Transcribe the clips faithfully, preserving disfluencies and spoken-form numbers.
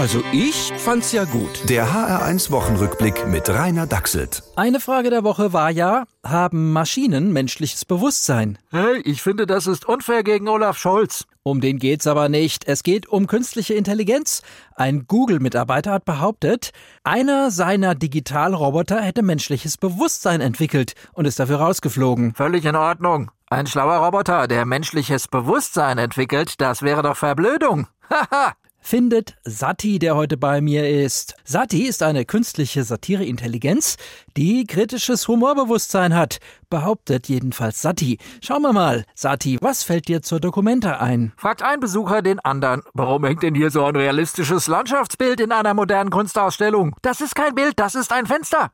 Also ich fand's ja gut. Der H R eins Wochenrückblick mit Rainer Dachselt. Eine Frage der Woche war ja, haben Maschinen menschliches Bewusstsein? Hey, ich finde, das ist unfair gegen Olaf Scholz. Um den geht's aber nicht. Es geht um künstliche Intelligenz. Ein Google-Mitarbeiter hat behauptet, einer seiner Digitalroboter hätte menschliches Bewusstsein entwickelt und ist dafür rausgeflogen. Völlig in Ordnung. Ein schlauer Roboter, der menschliches Bewusstsein entwickelt, das wäre doch Verblödung. Haha. Findet Sati, der heute bei mir ist. Sati ist eine künstliche Satire-Intelligenz, die kritisches Humorbewusstsein hat, behauptet jedenfalls Sati. Schauen wir mal, Sati, was fällt dir zur Documenta ein? Fragt ein Besucher den anderen, warum hängt denn hier so ein realistisches Landschaftsbild in einer modernen Kunstausstellung? Das ist kein Bild, das ist ein Fenster.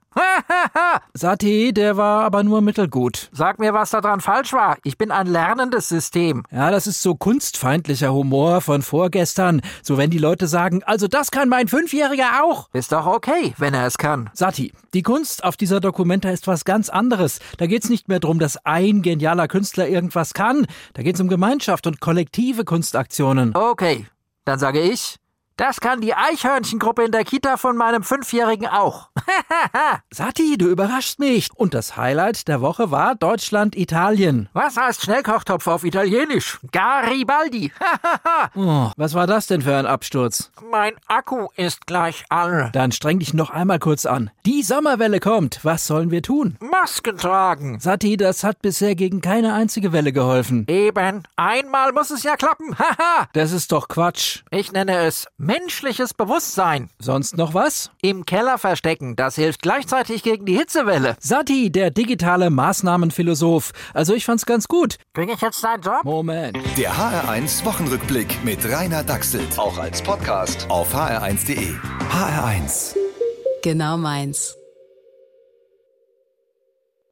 Sati, der war aber nur mittelgut. Sag mir, was daran falsch war. Ich bin ein lernendes System. Ja, das ist so kunstfeindlicher Humor von vorgestern. So wenn die Leute sagen, also das kann mein Fünfjähriger auch. Ist doch okay, wenn er es kann. Sati, die Kunst auf dieser Documenta ist was ganz anderes. Da geht's nicht mehr darum, dass ein genialer Künstler irgendwas kann. Da geht's um Gemeinschaft und kollektive Kunstaktionen. Okay, dann sage ich, das kann die Eichhörnchengruppe in der Kita von meinem Fünfjährigen auch. Sati, du überraschst mich. Und das Highlight der Woche war Deutschland-Italien. Was heißt Schnellkochtopf auf Italienisch? Garibaldi. Oh, was war das denn für ein Absturz? Mein Akku ist gleich all. Dann streng dich noch einmal kurz an. Die Sommerwelle kommt. Was sollen wir tun? Masken tragen. Sati, das hat bisher gegen keine einzige Welle geholfen. Eben. Einmal muss es ja klappen. Das ist doch Quatsch. Ich nenne es menschliches Bewusstsein. Sonst noch was? Im Keller verstecken, das hilft gleichzeitig gegen die Hitzewelle. Sati, der digitale Maßnahmenphilosoph. Also ich fand's ganz gut. Krieg ich jetzt deinen Job? Moment. Der H R eins Wochenrückblick mit Rainer Dachselt. Auch als Podcast auf h r eins punkt d e. H R eins. Genau meins.